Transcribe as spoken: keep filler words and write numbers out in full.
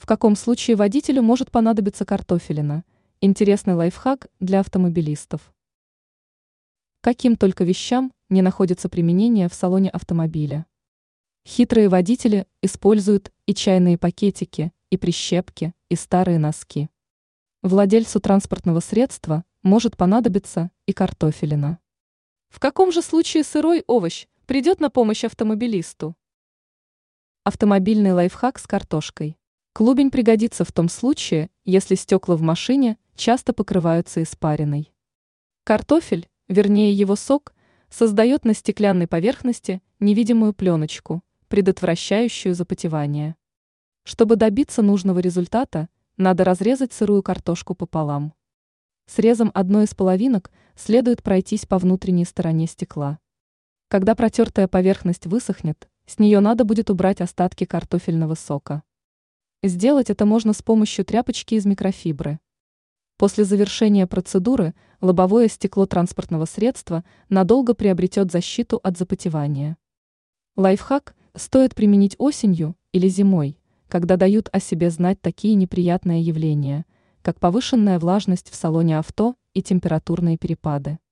В каком случае водителю может понадобиться картофелина? Интересный лайфхак для автомобилистов. Каким только вещам не находится применение в салоне автомобиля. Хитрые водители используют и чайные пакетики, и прищепки, и старые носки. Владельцу транспортного средства может понадобиться и картофелина. В каком же случае сырой овощ придет на помощь автомобилисту? Автомобильный лайфхак с картошкой. Клубень пригодится в том случае, если стекла в машине часто покрываются испариной. Картофель, вернее его сок, создает на стеклянной поверхности невидимую пленочку, предотвращающую запотевание. Чтобы добиться нужного результата, надо разрезать сырую картошку пополам. Срезом одной из половинок следует пройтись по внутренней стороне стекла. Когда протертая поверхность высохнет, с нее надо будет убрать остатки картофельного сока. Сделать это можно с помощью тряпочки из микрофибры. После завершения процедуры лобовое стекло транспортного средства надолго приобретет защиту от запотевания. Лайфхак стоит применить осенью или зимой, когда дают о себе знать такие неприятные явления, как повышенная влажность в салоне авто и температурные перепады.